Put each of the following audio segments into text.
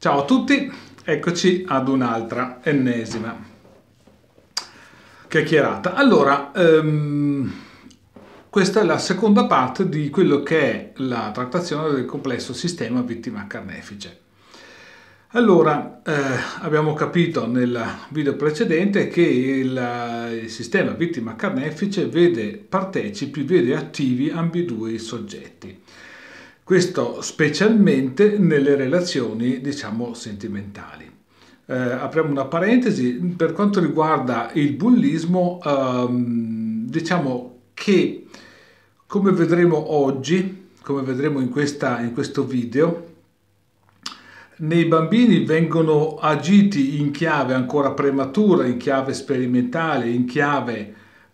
Ciao a tutti, eccoci ad un'altra ennesima chiacchierata. Allora, questa è la seconda parte di quello che è la trattazione del complesso sistema vittima-carnefice. Allora, abbiamo capito nel video precedente che il sistema vittima-carnefice vede partecipi, vede attivi ambedue i soggetti. Questo specialmente nelle relazioni, diciamo, sentimentali. Apriamo una parentesi, per quanto riguarda il bullismo, diciamo che, come vedremo oggi, come vedremo in questo video, nei bambini vengono agiti in chiave ancora prematura, in chiave sperimentale, in chiave,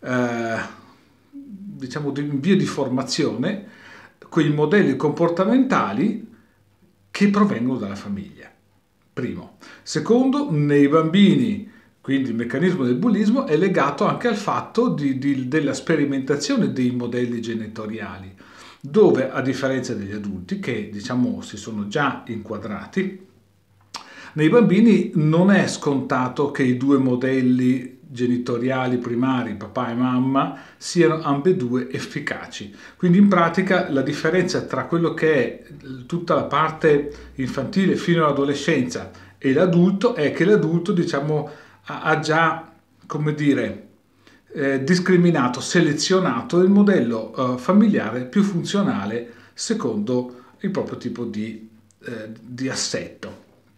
diciamo, in via di formazione, quei modelli comportamentali che provengono dalla famiglia. Primo. Secondo, nei bambini, quindi il meccanismo del bullismo è legato anche al fatto della sperimentazione dei modelli genitoriali, dove a differenza degli adulti, che diciamo si sono già inquadrati, nei bambini non è scontato che i due modelli genitoriali primari, papà e mamma, siano ambedue efficaci. Quindi in pratica la differenza tra quello che è tutta la parte infantile fino all'adolescenza e l'adulto è che l'adulto, diciamo, ha già, come dire, discriminato, selezionato il modello familiare più funzionale secondo il proprio tipo di assetto.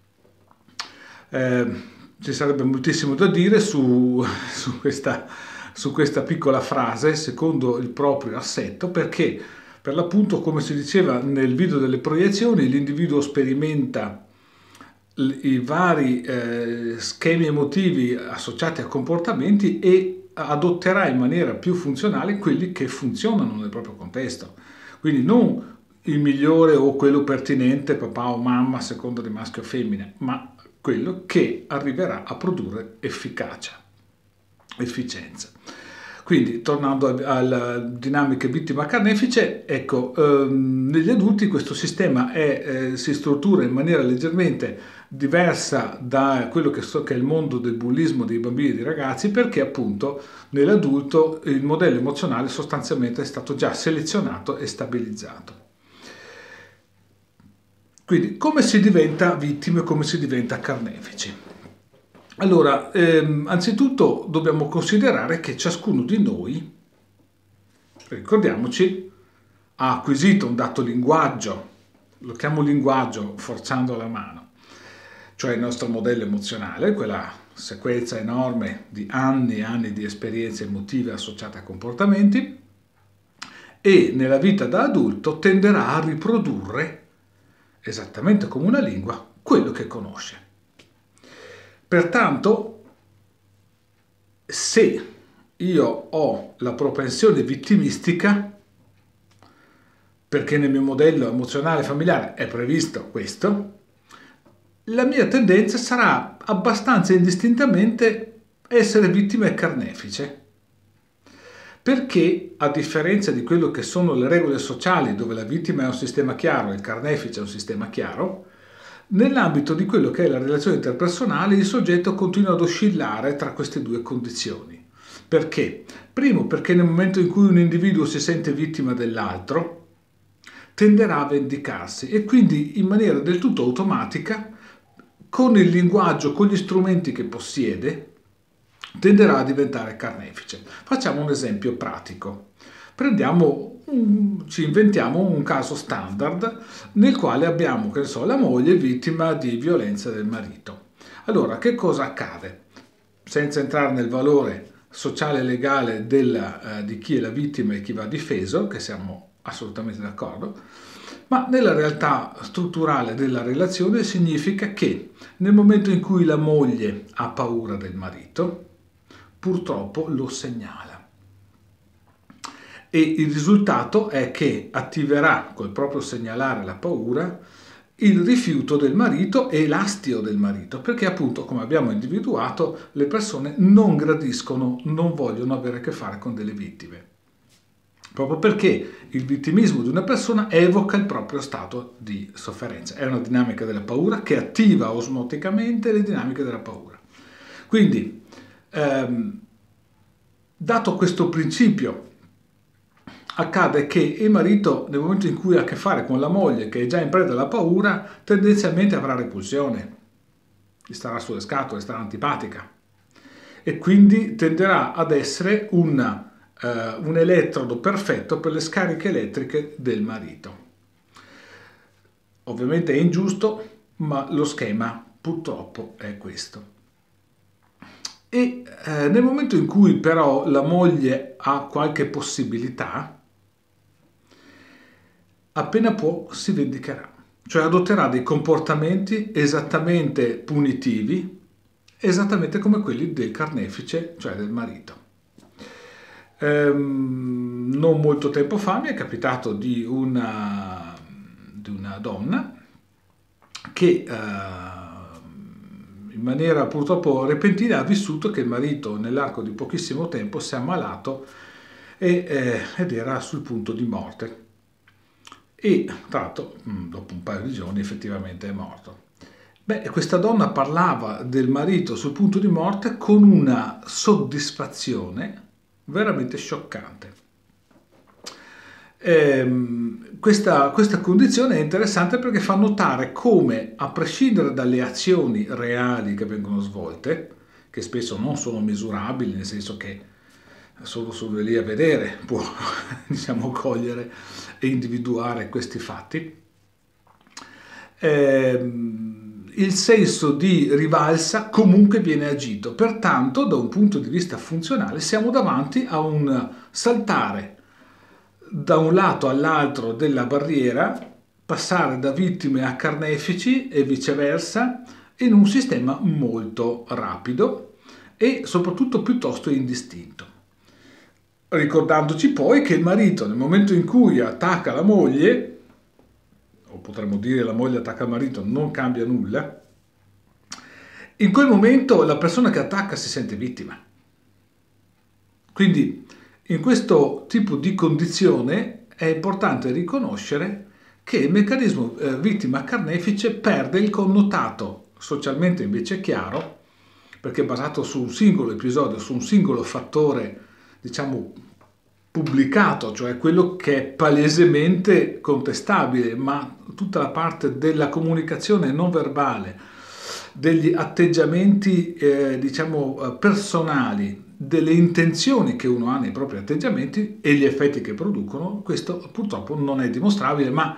Ci sarebbe moltissimo da dire su questa piccola frase, secondo il proprio assetto, perché per l'appunto, come si diceva nel video delle proiezioni, l'individuo sperimenta i vari schemi emotivi associati a comportamenti e adotterà in maniera più funzionale quelli che funzionano nel proprio contesto. Quindi non il migliore o quello pertinente, papà o mamma, a seconda di maschio o femmina, ma quello che arriverà a produrre efficacia, efficienza. Quindi, tornando alle dinamiche vittima-carnefice, ecco, negli adulti questo sistema si struttura in maniera leggermente diversa da quello che è il mondo del bullismo dei bambini e dei ragazzi, perché appunto nell'adulto il modello emozionale sostanzialmente è stato già selezionato e stabilizzato. Quindi, come si diventa vittime, come si diventa carnefici? Allora, anzitutto dobbiamo considerare che ciascuno di noi, ricordiamoci, ha acquisito un dato linguaggio, lo chiamo linguaggio forzando la mano, cioè il nostro modello emozionale, quella sequenza enorme di anni e anni di esperienze emotive associate a comportamenti, e nella vita da adulto tenderà a riprodurre esattamente come una lingua quello che conosce. Pertanto, se io ho la propensione vittimistica, perché nel mio modello emozionale familiare è previsto questo, la mia tendenza sarà abbastanza indistintamente essere vittima e carnefice. Perché, a differenza di quello che sono le regole sociali, dove la vittima è un sistema chiaro e il carnefice è un sistema chiaro, nell'ambito di quello che è la relazione interpersonale il soggetto continua ad oscillare tra queste due condizioni. Perché? Primo, perché nel momento in cui un individuo si sente vittima dell'altro, tenderà a vendicarsi e quindi in maniera del tutto automatica, con il linguaggio, con gli strumenti che possiede, tenderà a diventare carnefice. Facciamo un esempio pratico. Ci inventiamo un caso standard nel quale abbiamo, che ne so, la moglie vittima di violenza del marito. Allora, che cosa accade? Senza entrare nel valore sociale e legale di chi è la vittima e chi va difeso, che siamo assolutamente d'accordo, ma nella realtà strutturale della relazione significa che nel momento in cui la moglie ha paura del marito, purtroppo lo segnala. E il risultato è che attiverà col proprio segnalare la paura il rifiuto del marito e l'astio del marito, perché appunto, come abbiamo individuato, le persone non gradiscono, non vogliono avere a che fare con delle vittime. proprio perché il vittimismo di una persona evoca il proprio stato di sofferenza. È una dinamica della paura che attiva osmoticamente le dinamiche della paura. Quindi, dato questo principio, accade che il marito, nel momento in cui ha a che fare con la moglie che è già in preda alla paura, tendenzialmente avrà repulsione, gli starà sulle scatole, starà antipatica e quindi tenderà ad essere un elettrodo perfetto per le scariche elettriche del marito. Ovviamente è ingiusto, ma lo schema purtroppo è questo. E nel momento in cui però la moglie ha qualche possibilità, appena può si vendicherà, cioè adotterà dei comportamenti esattamente punitivi, esattamente come quelli del carnefice, cioè del marito. Non molto tempo fa mi è capitato di una donna che in maniera purtroppo repentina ha vissuto che il marito nell'arco di pochissimo tempo si è ammalato ed era sul punto di morte. E tra l'altro dopo un paio di giorni effettivamente è morto. Beh, questa donna parlava del marito sul punto di morte con una soddisfazione veramente scioccante. Questa condizione è interessante perché fa notare come, a prescindere dalle azioni reali che vengono svolte, che spesso non sono misurabili, nel senso che solo lì a vedere può diciamo cogliere e individuare questi fatti, il senso di rivalsa comunque viene agito. Pertanto, da un punto di vista funzionale, siamo davanti a un saltare da un lato all'altro della barriera, passare da vittime a carnefici e viceversa, in un sistema molto rapido e soprattutto piuttosto indistinto. Ricordandoci poi che il marito, nel momento in cui attacca la moglie, o potremmo dire la moglie attacca il marito, non cambia nulla, in quel momento la persona che attacca si sente vittima. Quindi in questo tipo di condizione è importante riconoscere che il meccanismo vittima-carnefice perde il connotato socialmente invece chiaro, perché è basato su un singolo episodio, su un singolo fattore, diciamo, pubblicato, cioè quello che è palesemente contestabile, ma tutta la parte della comunicazione non verbale, degli atteggiamenti diciamo personali, delle intenzioni che uno ha nei propri atteggiamenti e gli effetti che producono, questo purtroppo non è dimostrabile, ma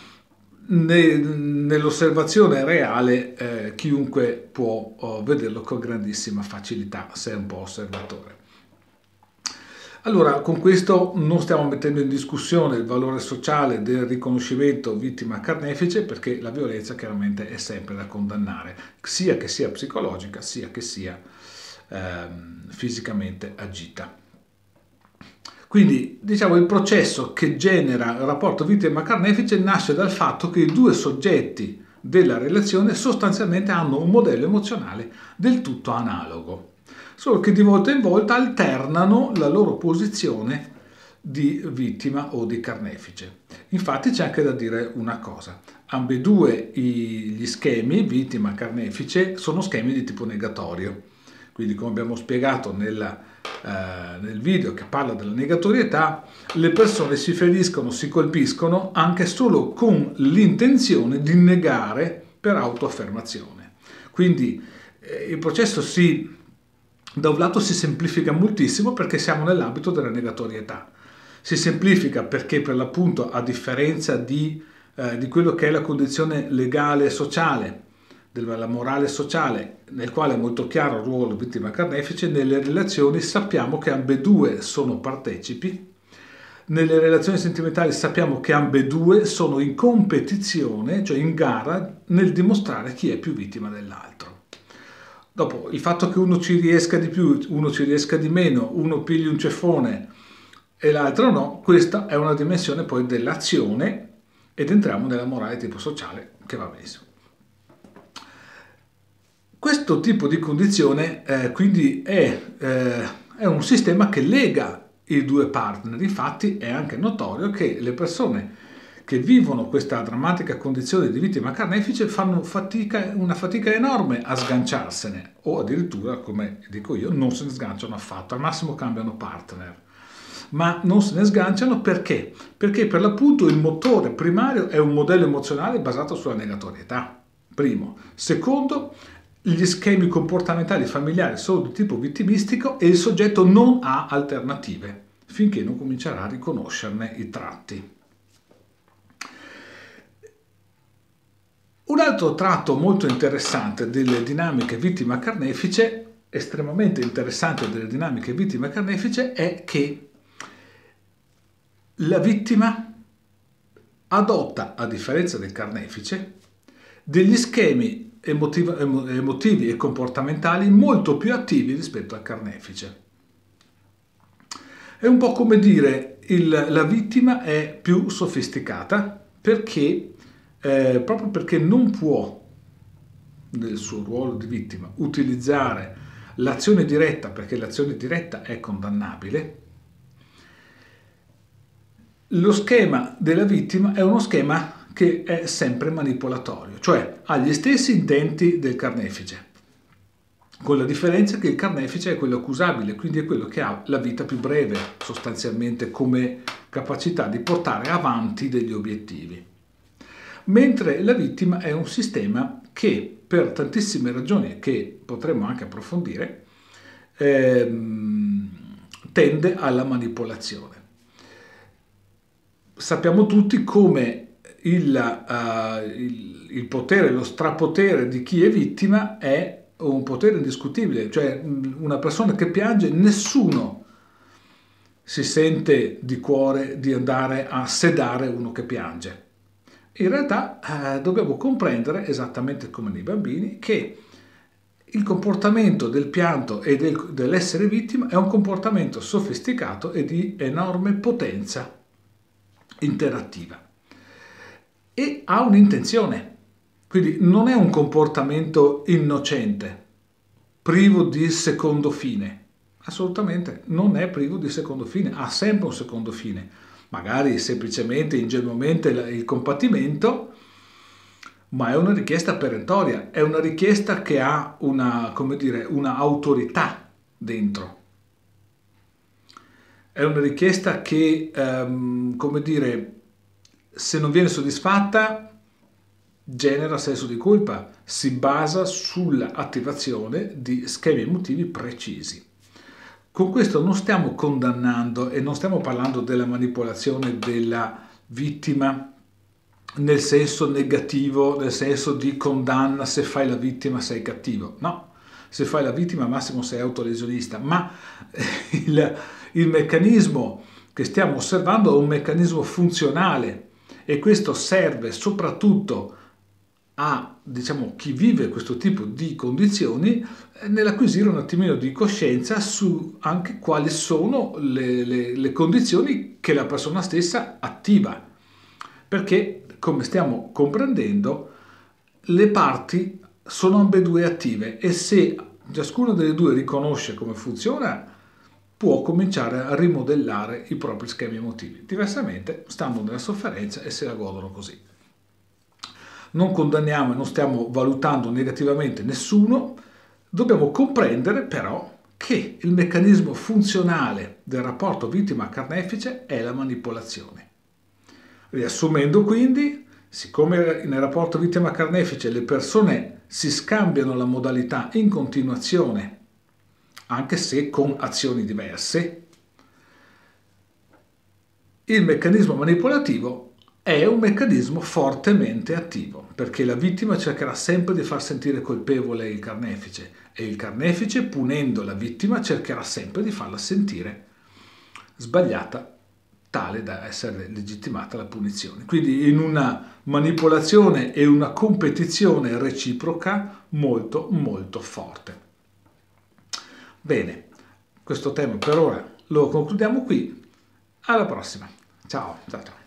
nell'osservazione reale chiunque può vederlo con grandissima facilità se è un po' osservatore. Allora, con questo non stiamo mettendo in discussione il valore sociale del riconoscimento vittima-carnefice, perché la violenza chiaramente è sempre da condannare, sia che sia psicologica, sia che sia fisicamente agita. Quindi, diciamo, il processo che genera il rapporto vittima-carnefice nasce dal fatto che i due soggetti della relazione sostanzialmente hanno un modello emozionale del tutto analogo, solo che di volta in volta alternano la loro posizione di vittima o di carnefice. Infatti c'è anche da dire una cosa: ambedue gli schemi, vittima e carnefice, sono schemi di tipo negatorio. Quindi, come abbiamo spiegato nel video che parla della negatorietà, le persone si feriscono, si colpiscono anche solo con l'intenzione di negare per autoaffermazione. Quindi il processo da un lato si semplifica moltissimo perché siamo nell'ambito della negatorietà. Si semplifica perché, per l'appunto, a differenza di quello che è la condizione legale e sociale, della morale sociale, nel quale è molto chiaro il ruolo vittima-carnefice, nelle relazioni sappiamo che ambedue sono partecipi, nelle relazioni sentimentali sappiamo che ambedue sono in competizione, cioè in gara, nel dimostrare chi è più vittima dell'altro. Dopo, il fatto che uno ci riesca di più, uno ci riesca di meno, uno pigli un ceffone e l'altro no, questa è una dimensione poi dell'azione ed entriamo nella morale tipo sociale, che va benissimo. Questo tipo di condizione quindi è un sistema che lega i due partner. Infatti è anche notorio che le persone che vivono questa drammatica condizione di vittima carnefice fanno una fatica enorme a sganciarsene, o addirittura, come dico io, non se ne sganciano affatto, al massimo cambiano partner. Ma non se ne sganciano perché? Perché per l'appunto il motore primario è un modello emozionale basato sulla negatorietà, primo. Secondo, gli schemi comportamentali familiari sono di tipo vittimistico e il soggetto non ha alternative finché non comincerà a riconoscerne i tratti. Un altro tratto molto interessante delle dinamiche vittima carnefice, estremamente interessante delle dinamiche vittima carnefice, è che la vittima adotta, a differenza del carnefice, degli schemi emotivi e comportamentali molto più attivi rispetto al carnefice. È un po' come dire la vittima è più sofisticata perché proprio perché non può, nel suo ruolo di vittima, utilizzare l'azione diretta, perché l'azione diretta è condannabile. Lo schema della vittima è uno schema che è sempre manipolatorio, cioè ha gli stessi intenti del carnefice, con la differenza che il carnefice è quello accusabile, quindi è quello che ha la vita più breve, sostanzialmente, come capacità di portare avanti degli obiettivi. Mentre la vittima è un sistema che, per tantissime ragioni che potremmo anche approfondire, tende alla manipolazione. Sappiamo tutti come il potere, lo strapotere di chi è vittima è un potere indiscutibile, cioè una persona che piange, nessuno si sente di cuore di andare a sedare uno che piange. In realtà dobbiamo comprendere, esattamente come nei bambini, che il comportamento del pianto e dell'essere vittima è un comportamento sofisticato e di enorme potenza interattiva e ha un'intenzione, quindi non è un comportamento innocente, privo di secondo fine, assolutamente non è privo di secondo fine, ha sempre un secondo fine, magari semplicemente, ingenuamente il compatimento, ma è una richiesta perentoria, è una richiesta che ha una, come dire, una autorità dentro. È una richiesta che, come dire, se non viene soddisfatta, genera senso di colpa, si basa sull'attivazione di schemi emotivi precisi. Con questo non stiamo condannando e non stiamo parlando della manipolazione della vittima nel senso negativo, nel senso di condanna, se fai la vittima sei cattivo. No, se fai la vittima massimo sei autolesionista, ma il meccanismo che stiamo osservando è un meccanismo funzionale e questo serve soprattutto a, diciamo, chi vive questo tipo di condizioni nell'acquisire un attimino di coscienza su anche quali sono le condizioni che la persona stessa attiva, perché come stiamo comprendendo le parti sono ambedue attive e se ciascuna delle due riconosce come funziona può cominciare a rimodellare i propri schemi emotivi, diversamente stanno nella sofferenza e se la godono così. Non condanniamo e non stiamo valutando negativamente nessuno, dobbiamo comprendere però che il meccanismo funzionale del rapporto vittima-carnefice è la manipolazione. Riassumendo quindi, siccome nel rapporto vittima-carnefice le persone si scambiano la modalità in continuazione, anche se con azioni diverse, il meccanismo manipolativo è un meccanismo fortemente attivo, perché la vittima cercherà sempre di far sentire colpevole il carnefice e il carnefice, punendo la vittima, cercherà sempre di farla sentire sbagliata, tale da essere legittimata la punizione. Quindi in una manipolazione e una competizione reciproca molto molto forte. Bene, questo tema per ora lo concludiamo qui. Alla prossima. Ciao, ciao, ciao.